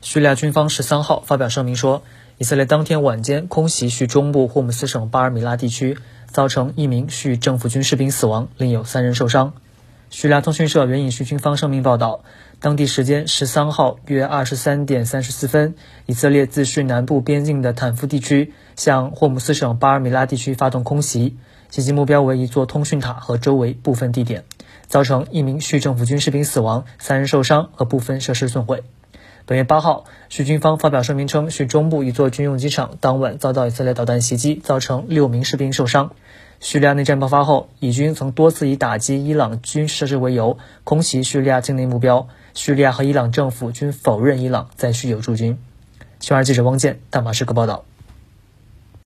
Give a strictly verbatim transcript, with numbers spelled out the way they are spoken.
叙利亚军方十三号发表声明说，以色列当天晚间空袭叙中部霍姆斯省巴尔米拉地区，造成一名叙政府军士兵死亡，另有三人受伤。叙利亚通讯社援引叙军方声明报道，当地时间十三号约二十三点三十四分，以色列自叙南部边境的坦夫地区向霍姆斯省巴尔米拉地区发动空袭，袭击目标为一座通讯塔和周围部分地点，造成一名叙政府军士兵死亡，三人受伤和部分设施损毁。本月八号，叙军方发表声明称，叙中部一座军用机场当晚遭到以色列导弹袭击，造成六名士兵受伤。叙利亚内战爆发后，以军曾多次以打击伊朗军事设施为由，空袭叙利亚境内目标。叙利亚和伊朗政府均否认伊朗在叙有驻军。新华社记者汪建，大马士革报道。